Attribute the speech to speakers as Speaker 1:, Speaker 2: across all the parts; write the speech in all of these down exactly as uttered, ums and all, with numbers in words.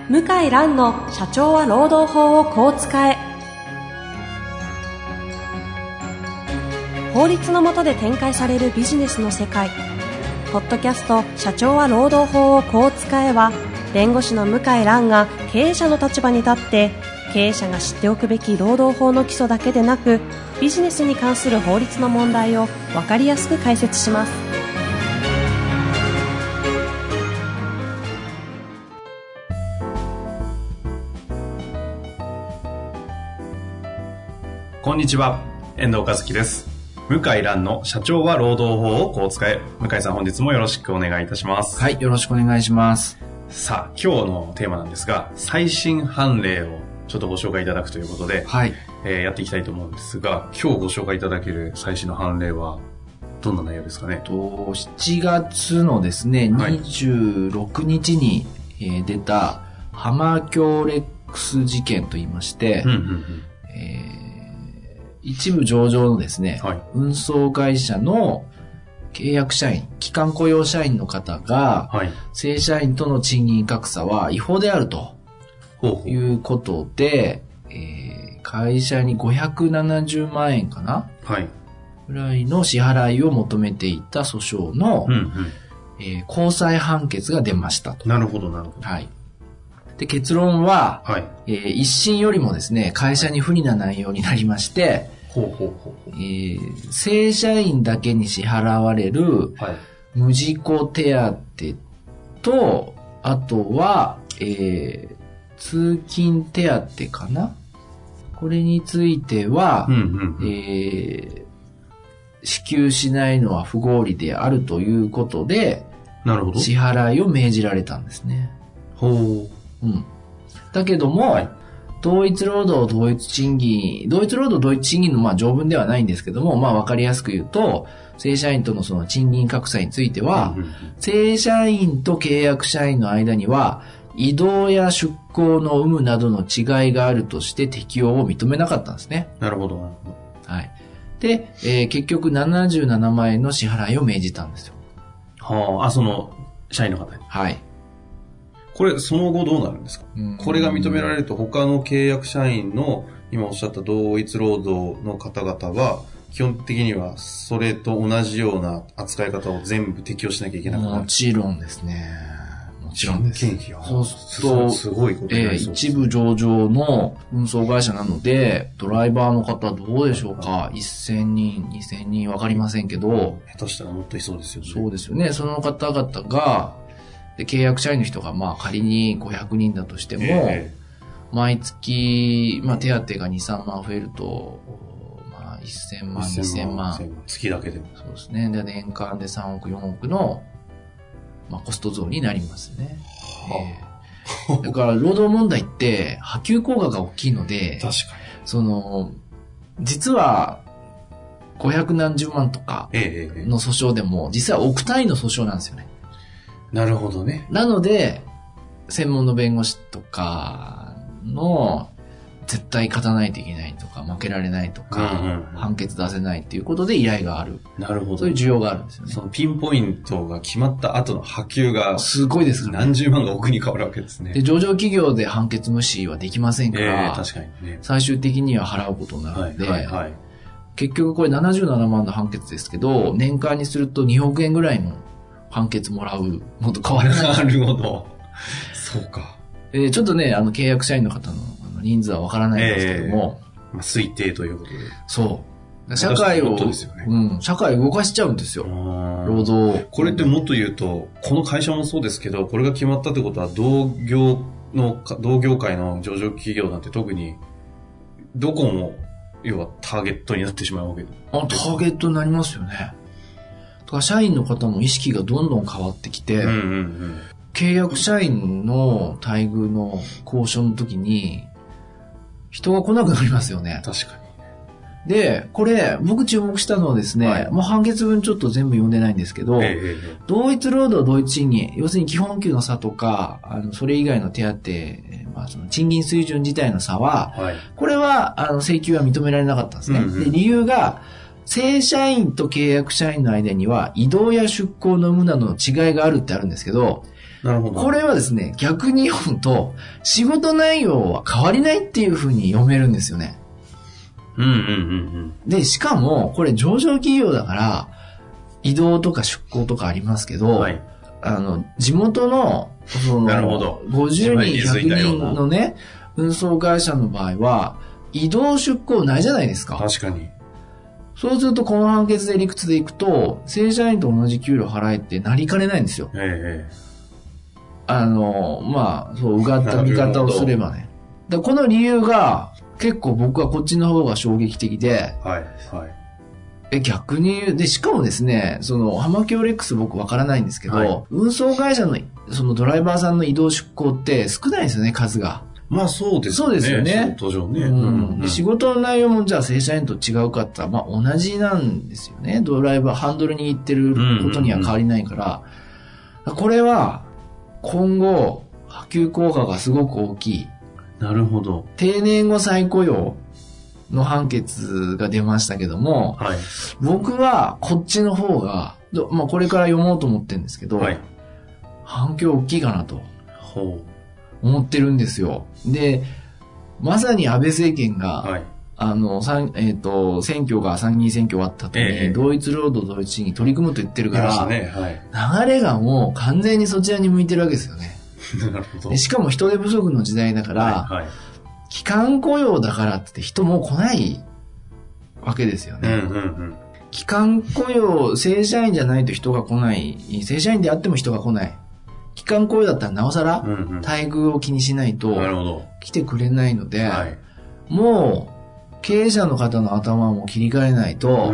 Speaker 1: 向井蘭の社長は労働法をこう使え。法律の下で展開されるビジネスの世界。ポッドキャスト社長は労働法をこう使えは、弁護士の向井蘭が経営者の立場に立って経営者が知っておくべき労働法の基礎だけでなく、ビジネスに関する法律の問題を分かりやすく解説します。
Speaker 2: こんにちは、遠藤和樹です。向井蘭の社長は労働法をこう使え。向井さん、本日もよろしくお願いいたします。
Speaker 3: はい、よろしくお願いします。
Speaker 2: さあ、今日のテーマなんですが、最新判例をちょっとご紹介いただくということで、
Speaker 3: はい、
Speaker 2: えー、やっていきたいと思うんですが、今日ご紹介いただける最新の判例はどんな内容ですかね。
Speaker 3: としちがつのですね、にじゅうろくにちに、えー、出た浜京レックス事件といいまして、うんうんうん、えー一部上場のですね、はい、運送会社の契約社員、期間雇用社員の方が、はい、正社員との賃金格差は違法であるということで、ほうほう、えー、会社にごひゃくななじゅうまんえんかな、はい、ぐらいの支払いを求めていた訴訟の、うんうん、えー、高裁判決が出ましたと。
Speaker 2: なるほど、なるほど。
Speaker 3: はい。で、結論は、はい、えー、一審よりもですね、会社に不利な内容になりまして、ほうほうほうほう、えー、正社員だけに支払われる無事故手当と、あとは、えー、通勤手当かな、これについては、うんうんうん、えー、支給しないのは不合理であるということで、なるほど、支払いを命じられたんですね。
Speaker 2: ほう。
Speaker 3: うん。だけども、はい、同一労働同一賃金、同一労働同一賃金のまあ条文ではないんですけども、まあわかりやすく言うと、正社員とのその賃金格差については、うんうんうん、正社員と契約社員の間には、移動や出向の有無などの違いがあるとして適用を認めなかったんですね。
Speaker 2: なるほど、なるほ
Speaker 3: ど。はい。で、えー、結局ななじゅうななまんえんの支払いを命じたんですよ。
Speaker 2: はあ、あ、その、社員の方に。
Speaker 3: はい。
Speaker 2: これ、その後どうなるんですか？これが認められると、他の契約社員の、今おっしゃった同一労働の方々は、基本的にはそれと同じような扱い方を全部適用しなきゃいけなくなる。
Speaker 3: もちろんですね。もちろんです。
Speaker 2: 人件費は。
Speaker 3: そうすると、
Speaker 2: すごいことになりそうです。
Speaker 3: えー、一部上場の運送会社なので、ドライバーの方どうでしょうか？せんにん、にせんにんわかりませんけど。
Speaker 2: 下手したらもっといそうですよね。
Speaker 3: そうですよね。その方々が、で契約社員の人がまあ仮にごひゃくにんだとしても、えー、毎月、まあ、手当がに、さんまん増えると、まあ、せんまん、にせんまん。
Speaker 2: 月だけでも。
Speaker 3: そうですね。で、年間でさんおく、よんおくの、まあ、コスト増になりますね。はあ、えー、だから、労働問題って波及効果が大きいので、
Speaker 2: 確かに。
Speaker 3: その、実は、ごひゃくなんじゅうまんとかの訴訟でも、実は億単位の訴訟なんですよね。
Speaker 2: なるほどね。
Speaker 3: なので、専門の弁護士とかの絶対勝たないといけないとか、負けられないとか、うんうんうん、判決出せないっていうことで依頼がある。
Speaker 2: なるほど。
Speaker 3: そういう需要があるんですよね。
Speaker 2: そのピンポイントが決まった後の波及が
Speaker 3: すごいですからね。
Speaker 2: 何十万が億に変わるわけですね。
Speaker 3: で、上場企業で判決無視はできませんから、
Speaker 2: えー、確かにね、最
Speaker 3: 終的には払うことになるので、
Speaker 2: はいはいはい、
Speaker 3: 結局これななじゅうななまんの判決ですけど、年間にするとにおくえんぐらいの判決もらうのと変わらない。
Speaker 2: なるほど。そうか。
Speaker 3: えー、ちょっとね、あの、契約社員の方の人数はわからないんですけども。
Speaker 2: えーまあ、推定ということで。
Speaker 3: そう。社会を、ですよね、うん、社会を動かしちゃうんですよ。労働。
Speaker 2: これってもっと言うと、この会社もそうですけど、これが決まったってことは、同業の、同業界の上場企業なんて特に、どこも、要はターゲットになってしまうわけです。
Speaker 3: あ、ターゲットになりますよね。だから社員の方も意識がどんどん変わってきて、うんうんうん、契約社員の待遇の交渉の時に人が来なくなりますよね。
Speaker 2: 確か
Speaker 3: に。で、これ僕注目したのはですね、はい、もう判決文ちょっと全部読んでないんですけど、ええ、同一労働同一賃金、要するに基本給の差とか、あのそれ以外の手当、まあ、その賃金水準自体の差は、はい、これはあの請求は認められなかったんですね。うんうん、で理由が正社員と契約社員の間には移動や出向の有無などの違いがあるってあるんですけど、
Speaker 2: なるほど。
Speaker 3: これはですね、逆に読むと、仕事内容は変わりないっていう風に読めるんですよね。
Speaker 2: うんうんうんうん。
Speaker 3: で、しかも、これ上場企業だから、移動とか出向とかありますけど、はい、あの、地元の、その、なるほど。ごじゅうにん、ひゃくにんのね、運送会社の場合は、移動出向ないじゃないですか。
Speaker 2: 確かに。
Speaker 3: そうすると、この判決で理屈でいくと、正社員と同じ給料払えってなりかねないんですよ。ええ。あの、まあ、そう、うがった見方をすればね。だこの理由が、結構僕はこっちの方が衝撃的で、はい、はい。え、逆に、で、しかもですね、その、ハマキオレックス僕わからないんですけど、はい、運送会社の、そのドライバーさんの移動出向って少ないですよね、数が。
Speaker 2: まあそうですね。
Speaker 3: そうですよね。
Speaker 2: 仕事上ね。
Speaker 3: うんうんうん、仕事の内容もじゃあ正社員と違うかって言ったら、まあ同じなんですよね。ドライバー、ハンドルに行ってることには変わりないから、うんうんうん、これは、今後、波及効果がすごく大きい。
Speaker 2: なるほど。
Speaker 3: 定年後再雇用の判決が出ましたけども、はい、僕はこっちの方が、まあこれから読もうと思ってるんですけど、はい、反響大きいかなと思ってるんですよ。で、まさに安倍政権が、はい、あの、えっと、選挙が参議院選挙終わった後に、ええ、同一労働同一賃金取り組むと言ってるから、ねはい、流れがもう完全にそちらに向いてるわけですよね。なるほど。しかも人手不足の時代だから、はいはい、期間雇用だからって人も来ないわけですよね。うんうんうん、期間雇用、正社員じゃないと人が来ない、正社員であっても人が来ない。期間雇用だったらなおさら、待遇を気にしないと来てくれないので、はい、もう、経営者の方の頭も切り替えないと、うん、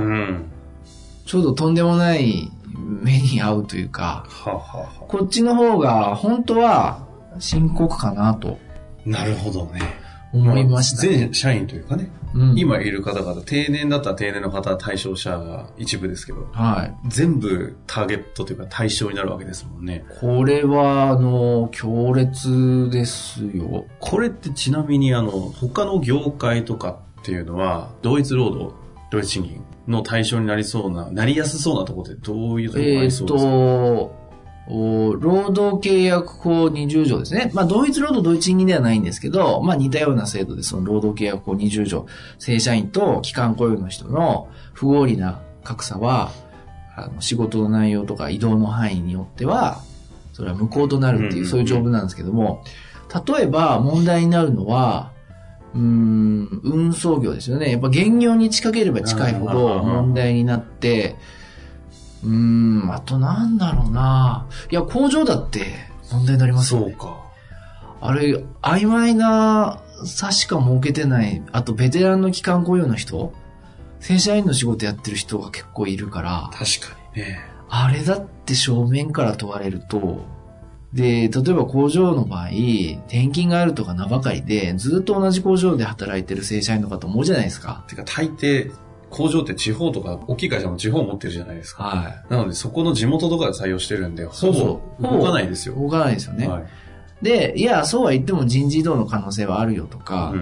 Speaker 3: ちょっととんでもない目に遭うというか、はははこっちの方が本当は深刻かなと。
Speaker 2: なるほどね。
Speaker 3: 思いました、
Speaker 2: ね。全社員というかね、うん、今いる方々、定年だったら定年の方は対象者が一部ですけど、はい、全部ターゲットというか対象になるわけですもんね。
Speaker 3: これは、あの、強烈ですよ。
Speaker 2: これってちなみに、あの、他の業界とかっていうのは、同一労働、同一賃金の対象になりそうな、なりやすそうなところってどういうところがありそうですか？えーと
Speaker 3: 労働契約法にじゅう条ですね。まあ、同一労働同一賃金ではないんですけど、まあ、似たような制度で、その労働契約法にじゅう条、正社員と期間雇用の人の不合理な格差は、あの仕事の内容とか移動の範囲によっては、それは無効となるっていう、そういう条文なんですけども、例えば問題になるのは、うーん、運送業ですよね。やっぱ現業に近ければ近いほど問題になって、うーん、あとなんだろうな。いや、工場だって問題になりますよね。そうか。あれ、曖昧な差しか設けてない、あとベテランの期間雇用の人、正社員の仕事やってる人が結構いるから。
Speaker 2: 確かにね。
Speaker 3: あれだって正面から問われると、で、例えば工場の場合、転勤があるとか名ばかりで、ずっと同じ工場で働いてる正社員の方思うじゃないですか。
Speaker 2: てか大抵、工場って地方とか、大きい会社も地方を持ってるじゃないですか。はい。なので、そこの地元とかで採用してるんで、ほぼ動かないですよ。
Speaker 3: 動かないですよね。はい。で、いや、そうは言っても人事異動の可能性はあるよとか、うん、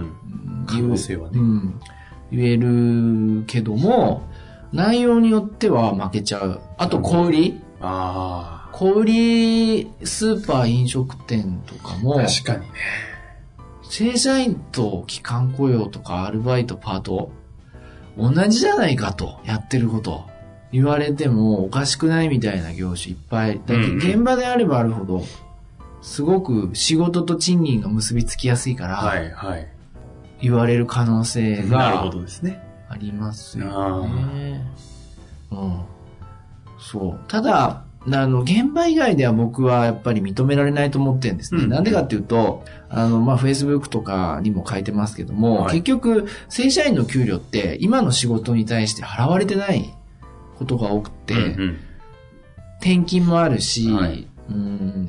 Speaker 2: 可能性はね、
Speaker 3: うん。言えるけども、内容によっては負けちゃう。あと、小売り。ああ。小売り、スーパー飲食店とかも、
Speaker 2: 確かにね。
Speaker 3: 正社員と期間雇用とかアルバイト、パート、同じじゃないかと、やってること。言われてもおかしくないみたいな業種いっぱい。だけど現場であればあるほど、すごく仕事と賃金が結びつきやすいから、はいはい、言われる可能性がありますよね。うん、そう。ただ、あの、現場以外では僕はやっぱり認められないと思ってるんですね。な、うんでかっていうと、あの、まあ、Facebook とかにも書いてますけども、はい、結局、正社員の給料って今の仕事に対して払われてないことが多くて、うんうん、転勤もあるし、はい、うん、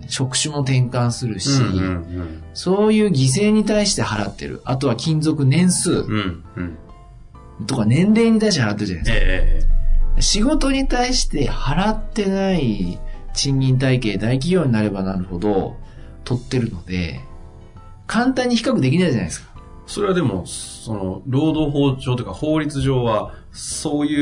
Speaker 3: 職種も転換するし、うんうんうん、そういう犠牲に対して払ってる。あとは勤続年数、うんうん、とか年齢に対して払ってるじゃないですか。えー仕事に対して払ってない賃金体系、大企業になればなるほど取ってるので、簡単に比較できないじゃないですか。
Speaker 2: それはでも、その、労働法上というか法律上は、そういう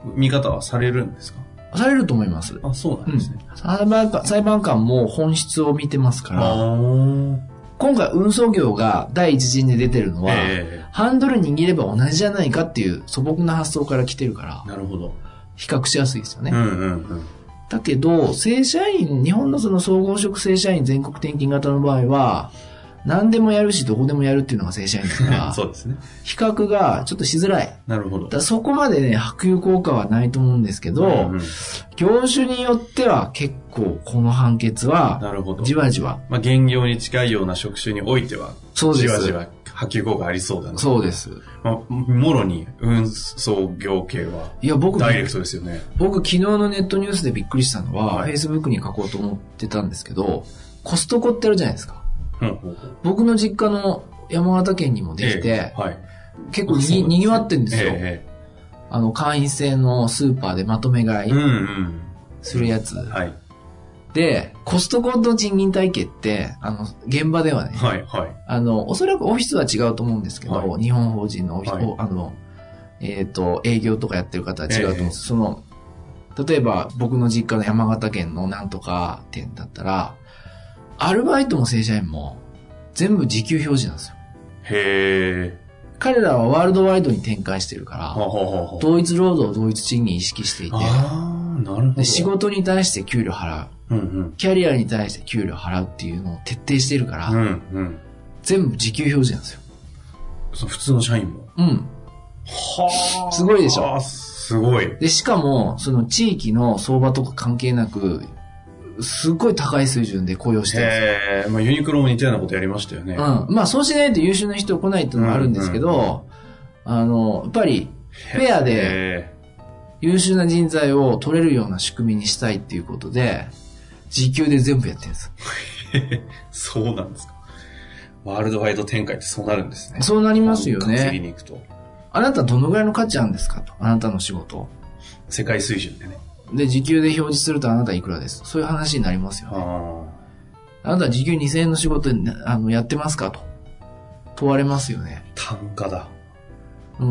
Speaker 2: 見方はされるんですか？
Speaker 3: されると思います。
Speaker 2: あ、そうなんですね。
Speaker 3: うん、裁判官、裁判官も本質を見てますから、今回運送業が第一陣で出てるのは、えー、ハンドル握れば同じじゃないかっていう素朴な発想から来てるから、
Speaker 2: なるほど。
Speaker 3: 比較しやすいですよね。
Speaker 2: うんうんうん、
Speaker 3: だけど、正社員、日本のその総合職正社員全国転勤型の場合は、何でもやるし、どこでもやるっていうのが正社員ですから、
Speaker 2: そうですね。
Speaker 3: 比較がちょっとしづらい。
Speaker 2: なるほど。
Speaker 3: だそこまでね、波及効果はないと思うんですけど、うんうん、業種によっては結構この判決は、なるほど。じわじわ。
Speaker 2: まあ、現業に近いような職種においては、
Speaker 3: そうです。
Speaker 2: じわじわ波及効果ありそうだな。
Speaker 3: そうです。
Speaker 2: まあ、もろに運送業系は、いや、僕、ダイレクトですよね。
Speaker 3: 僕、昨日のネットニュースでびっくりしたのは、はい、Facebook に書こうと思ってたんですけど、コストコってあるじゃないですか。うんうんうん、僕の実家の山形県にもできて、えーはい、結構にぎ、にぎわってるんですよ、えー。あの、会員制のスーパーでまとめ買いするやつ。うんうんはい、で、コストコの賃金体系って、あの、現場ではね、はいはい、あの、おそらくオフィスは違うと思うんですけど、はい、日本法人のオフィス、はい、あの、えっと、営業とかやってる方は違うと思うんです。えー、その、例えば僕の実家の山形県のなんとか店だったら、アルバイトも正社員も全部時給表示なんですよ。
Speaker 2: へー。
Speaker 3: 彼らはワールドワイドに展開してるから、ほうほうほう同一労働同一賃金意識していて、
Speaker 2: あー、なるほど。
Speaker 3: で仕事に対して給料払う、うんうん、キャリアに対して給料払うっていうのを徹底してるから、うんうん、全部時給表示なんですよ。
Speaker 2: そう、普通の社員も。
Speaker 3: うん。
Speaker 2: は
Speaker 3: ー。すごいでしょ。
Speaker 2: すごい。
Speaker 3: で、しかも、その地域の相場とか関係なく、すっごい高い水準で雇用してるんですよ。
Speaker 2: へー、まあユニクロも似たようなことやりましたよね。
Speaker 3: うん。まあそうしないと優秀な人来ないっていうのもあるんですけど、うんうん、あの、やっぱり、フェアで優秀な人材を取れるような仕組みにしたいっていうことで、時給で全部やってるんです。
Speaker 2: そうなんですか。ワールドワイド展開ってそうなるんですね。
Speaker 3: そうなりますよね。
Speaker 2: 稼ぎに行くと。
Speaker 3: あなたどのぐらいの価値あるんですかと。あなたの仕事。
Speaker 2: 世界水準でね。
Speaker 3: で、時給で表示するとあなたいくらです。そういう話になりますよね。あ, あなた時給にせんえんの仕事あのやってますかと問われますよね。
Speaker 2: 単価だ。
Speaker 3: うん。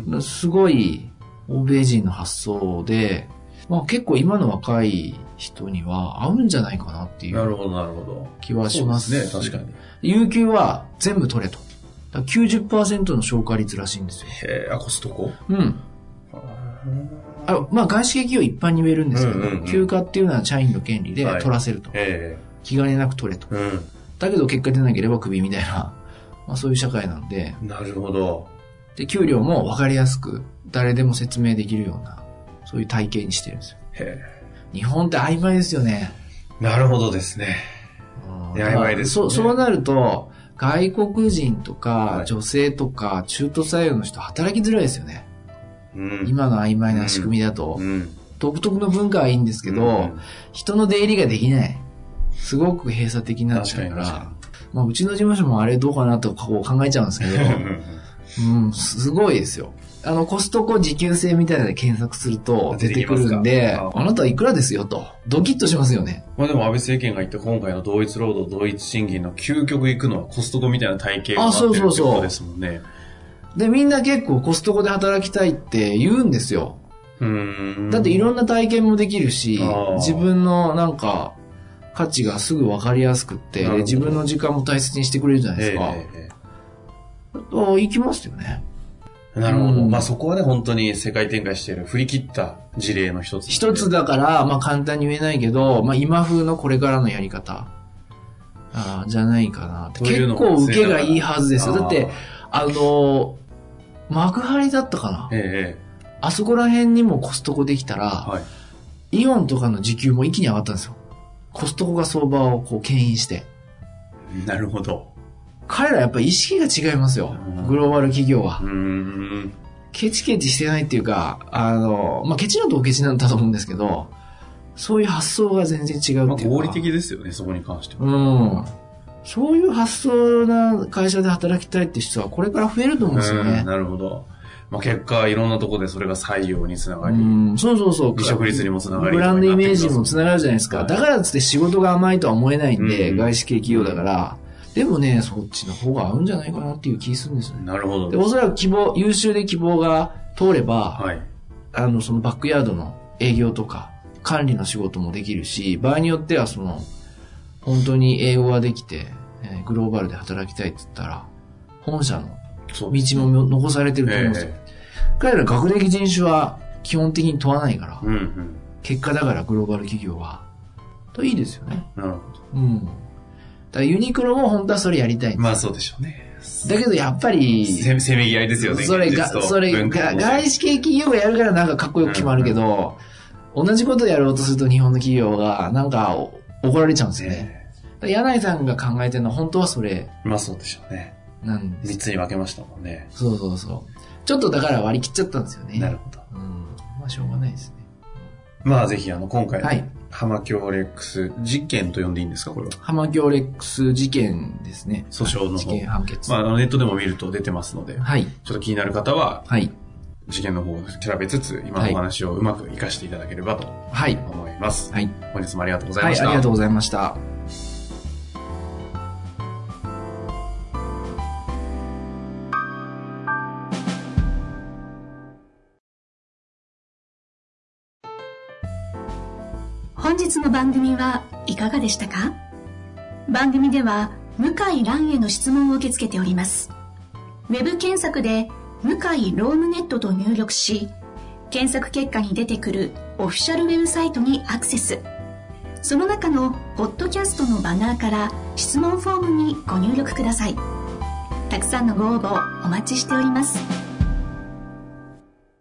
Speaker 3: うん、すごい欧米人の発想で、まあ結構今の若い人には合うんじゃないかなっていう。
Speaker 2: なるほどなるほど。
Speaker 3: 気はします
Speaker 2: ね。確かに。
Speaker 3: 有給は全部取れと。きゅうじゅっパーセント の消化率らしいんですよ。
Speaker 2: へえ、あ、コストコ？
Speaker 3: うん。あまあ外資系企業一般に言えるんですけど、うんうんうん、休暇っていうのは社員の権利で取らせると。はいえー、気兼ねなく取れと、うん。だけど結果出なければクビみたいな、まあそういう社会なんで。
Speaker 2: なるほど。
Speaker 3: で、給料も分かりやすく、誰でも説明できるような、そういう体系にしてるんですよ。へー。日本って曖昧ですよね。
Speaker 2: なるほどですね。曖昧ですね。
Speaker 3: そう、そうなると、外国人とか女性とか中途採用の人働きづらいですよね。うん、今の曖昧な仕組みだと、うん、独特の文化はいいんですけど、うん、人の出入りができない。すごく閉鎖的になっちゃうから、まあ、うちの事務所もあれどうかなとこう考えちゃうんですけど、うん、すごいですよ。あの、コストコ時給制みたいなので検索すると出てくるんで、あ, あなたはいくらですよと、ドキッとしますよね。
Speaker 2: まあでも安倍政権が言って今回の同一労働同一賃金の究極行くのはコストコみたいな体系がなってるってことですもんね。あ、そうそうそう。で、みんな結構コストコで働きたいって言うんですよ。うーん。だっていろんな体験もできるし、自分のなんか価値がすぐ分かりやすくって、自分の時間も大切にしてくれるじゃないですか。えー、行きますよね。 なるほど。うん、まあそこはね、本当に世界展開している振り切った事例の一つ。
Speaker 3: 一つだから、まあ簡単に言えないけど、まあ今風のこれからのやり方、あじゃないかなって。結構受けがいいはずですよ。だって、あの、幕張だったかな、ええ、あそこら辺にもコストコできたら、はい、イオンとかの時給も一気に上がったんですよ。コストコが相場をこう牽引して。
Speaker 2: なるほど。
Speaker 3: 彼らやっぱり意識が違いますよ。グローバル企業は。うーん、ケチケチしてないっていうか、あの、まあ、ケチのとケチなんだと思うんですけど、そういう発想が全然違うっていうか。まあ、
Speaker 2: 合理的ですよね、そこに関しては。
Speaker 3: うん。そういう発想な会社で働きたいって人はこれから増えると思うんですよね。
Speaker 2: なるほど。まあ、結果いろんなところでそれが採用につながり、う
Speaker 3: ん、そうそうそう。
Speaker 2: 離職率にもつながり、
Speaker 3: ブランドイメージにもつながるじゃないですか。はい、だからっつって仕事が甘いとは思えないんで、うん、外資系企業だから。でもね、そっちの方が合うんじゃないかなっていう気するんですよね。
Speaker 2: なるほど。
Speaker 3: で、おそらく希望、優秀で希望が通れば、はい、 あの、そのバックヤードの営業とか、管理の仕事もできるし、場合によってはその、本当に英語ができて、えー、グローバルで働きたいって言ったら、本社の道も残されてると思うんですよ。えー、彼ら学歴人種は基本的に問わないから、うんうん、結果だからグローバル企業は。といいですよね。
Speaker 2: なるほど。
Speaker 3: うん。だからユニクロも本当はそれやりたいんですよ。
Speaker 2: まあそうでしょうね。
Speaker 3: だけどやっぱり、
Speaker 2: せ、せめぎ合いですよね。
Speaker 3: それが、それが、外資系企業がやるからなんかかっこよく決まるけど、うんうん、同じことやろうとすると日本の企業がなんか怒られちゃうんですよね。えー、柳井さんが考えてるのは本当はそれ。
Speaker 2: まあそうでしょうね。
Speaker 3: なんです。
Speaker 2: みっつに分けましたもんね。
Speaker 3: そうそうそう。ちょっとだから割り切っちゃったんですよね。
Speaker 2: なるほど。
Speaker 3: うん。まあしょうがないですね。
Speaker 2: まあぜひあの今回、
Speaker 3: はい。
Speaker 2: 浜京レックス事件と呼んでいいんですかこれは。
Speaker 3: 浜京レックス事件ですね。
Speaker 2: 訴訟の方。
Speaker 3: 事件判決。
Speaker 2: まあネットでも見ると出てますので。
Speaker 3: はい。
Speaker 2: ちょっと気になる方は。
Speaker 3: はい。
Speaker 2: 事件の方を調べつつ、今のお話をうまく活かしていただければと思います。
Speaker 3: はい。
Speaker 2: 本日もありがとうございました。
Speaker 3: はい、ありがとうございました。
Speaker 4: 本日の番組はいかがでしたか？番組では向井蘭への質問を受け付けております。ウェブ検索で向井ロームネットと入力し、検索結果に出てくるオフィシャルウェブサイトにアクセス。その中のポッドキャストのバナーから質問フォームにご入力ください。たくさんのご応募お待ちしております。